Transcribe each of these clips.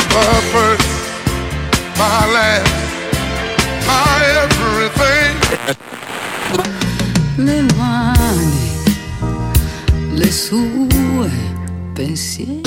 my first, my last, my everything. Le mani, le sue pensieri.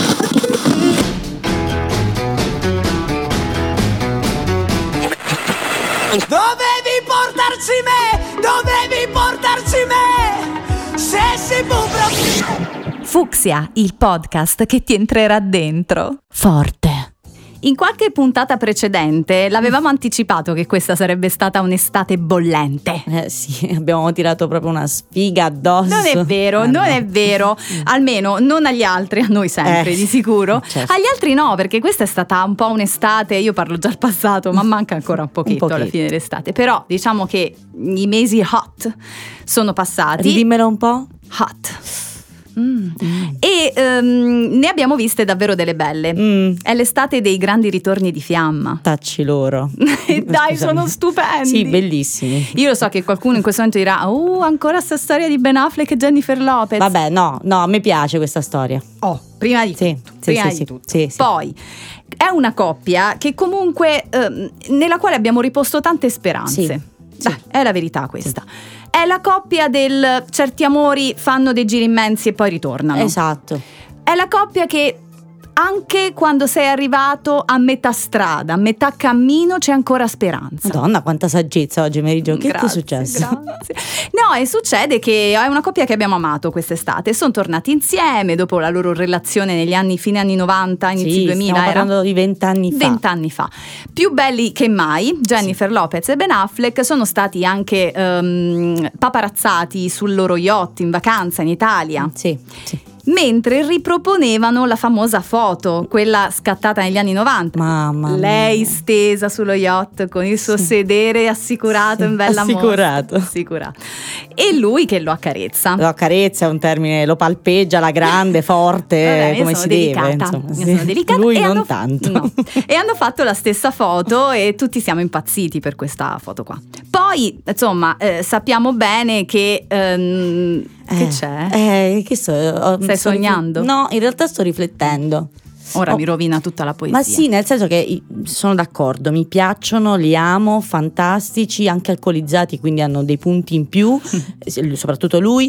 Dovevi portarci me! Dovevi portarci me! Se si può proprio... Fucsia, il podcast che ti entrerà dentro. Forte. In qualche puntata precedente l'avevamo anticipato che questa sarebbe stata un'estate bollente. Sì, abbiamo tirato proprio una sfiga addosso. Non è vero, non è vero. Almeno non agli altri, a noi sempre, di sicuro. Certo. Agli altri no, perché questa è stata un po' un'estate, io parlo già al passato, ma manca ancora un pochetto alla fine dell'estate. Però diciamo che i mesi hot sono passati. Ridimmelo un po'. Hot. E ne abbiamo viste davvero delle belle. È l'estate dei grandi ritorni di fiamma. Tacci loro. Dai, sono stupendi. Sì, bellissimi. Io lo so che qualcuno in questo momento dirà ancora sta storia di Ben Affleck e Jennifer Lopez. Vabbè, no, a me piace questa storia. Prima di tutto. Sì. Poi è una coppia che comunque nella quale abbiamo riposto tante speranze. Sì. Dai, è la verità questa. È la coppia del certi amori fanno dei giri immensi e poi ritornano. Esatto. È la coppia che anche quando sei arrivato a metà strada, a metà cammino, c'è ancora speranza. Madonna, quanta saggezza oggi, Mary Jo. Che ti è successo? Grazie. No, e succede che è una coppia che abbiamo amato quest'estate. Sono tornati insieme dopo la loro relazione negli fine anni 90, inizi 2000. Stiamo parlando di 20 anni fa. 20 anni fa. Più belli che mai, Jennifer Lopez e Ben Affleck sono stati anche paparazzati sul loro yacht in vacanza in Italia. Sì. Mentre riproponevano la famosa foto, quella scattata negli anni 90. Mamma mia. Lei stesa sullo yacht con il suo sedere assicurato in bella assicurato. Assicurato. E lui che lo accarezza. Lo accarezza è un termine, lo palpeggia alla grande, forte, vabbè, come si deve. Insomma, sono delicata. Lui non tanto. No. E hanno fatto la stessa foto e tutti siamo impazziti per questa foto qua. Poi, insomma, sappiamo bene che... che c'è? Che Stai sognando? No, in realtà sto riflettendo. Ora mi rovina tutta la poesia. Ma sì, nel senso che sono d'accordo, mi piacciono, li amo, fantastici, anche alcolizzati, quindi hanno dei punti in più, soprattutto lui.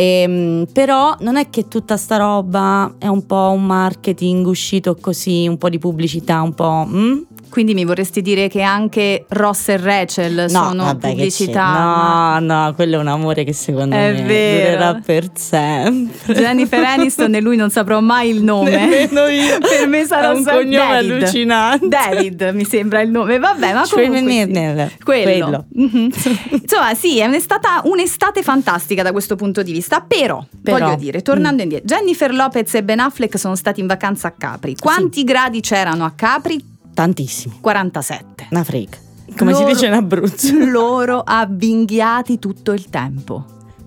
Però non è che tutta sta roba è un po' un marketing uscito così, un po' di pubblicità, un po'... Quindi mi vorresti dire che anche Ross e Rachel sono pubblicità? No, quello è un amore che secondo me durerà per sempre. Jennifer Aniston e lui non saprò mai il nome. Nemmeno io. Per me sarà un cognome David. Allucinante. David mi sembra il nome. Vabbè, ma comunque quello. Mm-hmm. Insomma, sì, è un'estate fantastica da questo punto di vista. Però voglio dire, tornando indietro, Jennifer Lopez e Ben Affleck sono stati in vacanza a Capri. Quanti gradi c'erano a Capri? Tantissimi. 47. Una freak, come si dice in Abruzzo. Loro avvinghiati tutto il tempo.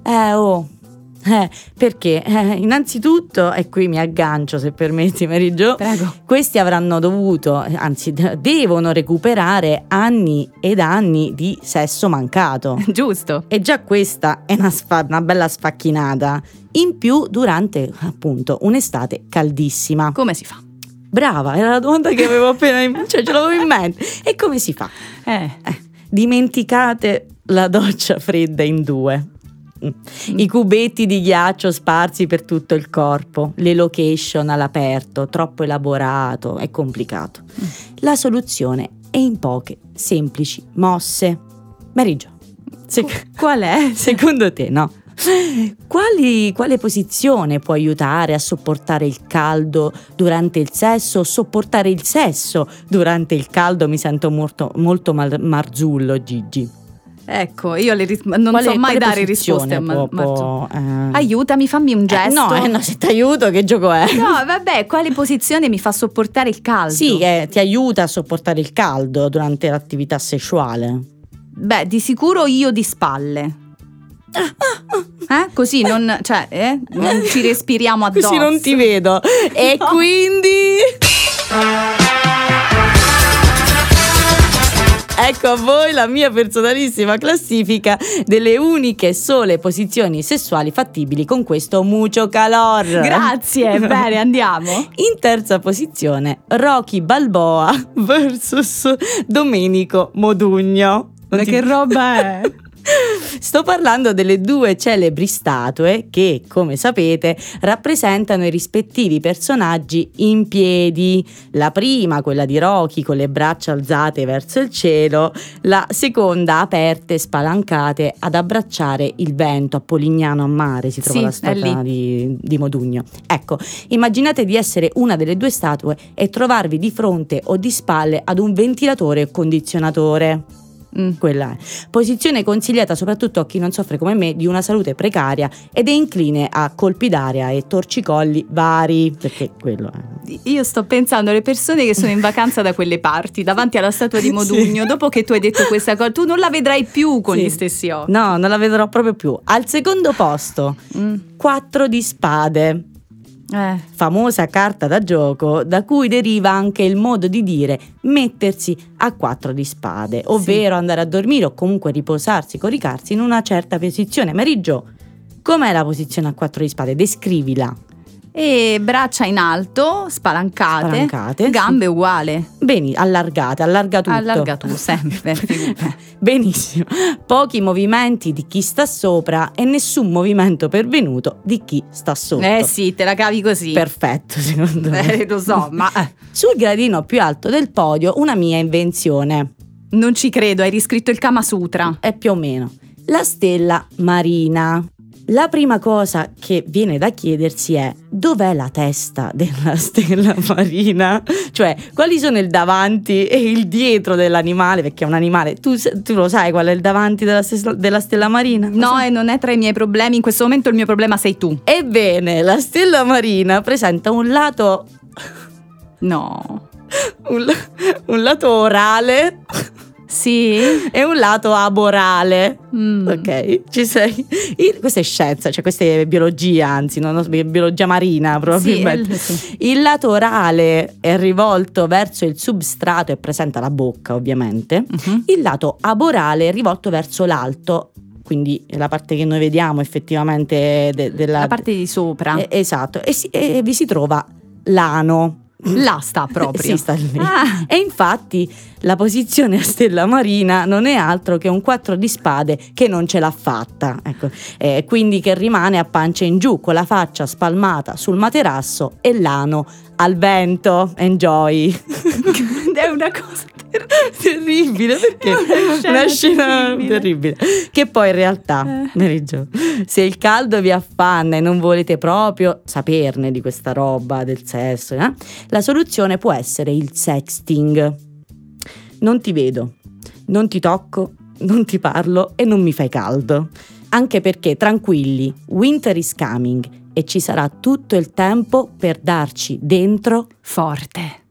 Perché innanzitutto, e qui mi aggancio se permetti Mary Jo, prego, questi avranno dovuto, anzi devono recuperare anni ed anni di sesso mancato. Giusto. E già questa è una bella sfacchinata, in più durante appunto un'estate caldissima. Come si fa? Brava, era la domanda che avevo appena ce l'avevo in mente. E come si fa? Dimenticate la doccia fredda in 2. I cubetti di ghiaccio sparsi per tutto il corpo, le location all'aperto, troppo elaborato e complicato. La soluzione è in poche semplici mosse. Mary Jo, qual è? Secondo te, no? Quale posizione può aiutare a sopportare il caldo durante il sesso o sopportare il sesso durante il caldo? Mi sento molto marzullo, Gigi. Ecco, io non so mai dare risposte a Marzullo. Aiutami, fammi un gesto. No, se ti aiuto, che gioco è? No, vabbè, quale posizione mi fa sopportare il caldo? Sì, ti aiuta a sopportare il caldo durante l'attività sessuale. Beh, di sicuro io di spalle. Così non ci respiriamo addosso. Così non ti vedo. E no. Quindi ecco a voi la mia personalissima classifica delle uniche sole posizioni sessuali fattibili con questo mucho calor. Grazie, bene, andiamo. In terza posizione Rocky Balboa versus Domenico Modugno. Ma che roba è? Sto parlando delle due celebri statue che, come sapete, rappresentano i rispettivi personaggi in piedi. La prima, quella di Rocky, con le braccia alzate verso il cielo, la seconda aperte, spalancate, ad abbracciare il vento. A Polignano a Mare si trova la statua di Modugno. Ecco, immaginate di essere una delle due statue e trovarvi di fronte o di spalle ad un ventilatore o condizionatore. Quella è posizione consigliata soprattutto a chi non soffre come me di una salute precaria ed è incline a colpi d'aria e torcicolli vari, perché quello è. Io sto pensando alle persone che sono in vacanza da quelle parti davanti alla statua di Modugno. Sì. Dopo che tu hai detto questa cosa, tu non la vedrai più con gli stessi occhi. No, non la vedrò proprio più. Al secondo posto 4 di spade. Famosa carta da gioco da cui deriva anche il modo di dire mettersi a 4 di spade, ovvero andare a dormire o comunque riposarsi, coricarsi in una certa posizione. Mary Jo, com'è la posizione a 4 di spade? Descrivila. E braccia in alto, spalancate gambe uguale. Bene, allargate, allarga tutto. Allarga tu, sempre. Benissimo. Pochi movimenti di chi sta sopra e nessun movimento pervenuto di chi sta sotto. Sì, te la cavi così. Perfetto, secondo me. Lo so, ma sul gradino più alto del podio una mia invenzione. Non ci credo, hai riscritto il Kama Sutra. Più o meno. La stella marina. La prima cosa che viene da chiedersi è: dov'è la testa della stella marina? Cioè, quali sono il davanti e il dietro dell'animale? Perché è un animale. Tu lo sai qual è il davanti della stella marina? No, e non è tra i miei problemi. In questo momento il mio problema sei tu. Ebbene, la stella marina presenta un lato... No. un lato orale... Sì. E un lato aborale. Ok, ci sei. Questa è scienza, cioè questa è biologia, anzi, non biologia marina probabilmente. Sì. Il lato orale è rivolto verso il substrato e presenta la bocca, ovviamente. Il lato aborale è rivolto verso l'alto, quindi la parte che noi vediamo effettivamente la parte di sopra. Esatto, e vi si trova l'ano. Là sta proprio. Sì, sta lì. E infatti la posizione a stella marina non è altro che un 4 di spade che non ce l'ha fatta, ecco. Quindi che rimane a pancia in giù con la faccia spalmata sul materasso e l'ano al vento. Enjoy. È una cosa terribile, perché è una scena terribile. Che poi in realtà, Mary Jo, se il caldo vi affanna e non volete proprio saperne di questa roba del sesso, la soluzione può essere il sexting. Non ti vedo, non ti tocco, non ti parlo e non mi fai caldo. Anche perché, tranquilli, winter is coming e ci sarà tutto il tempo per darci dentro forte.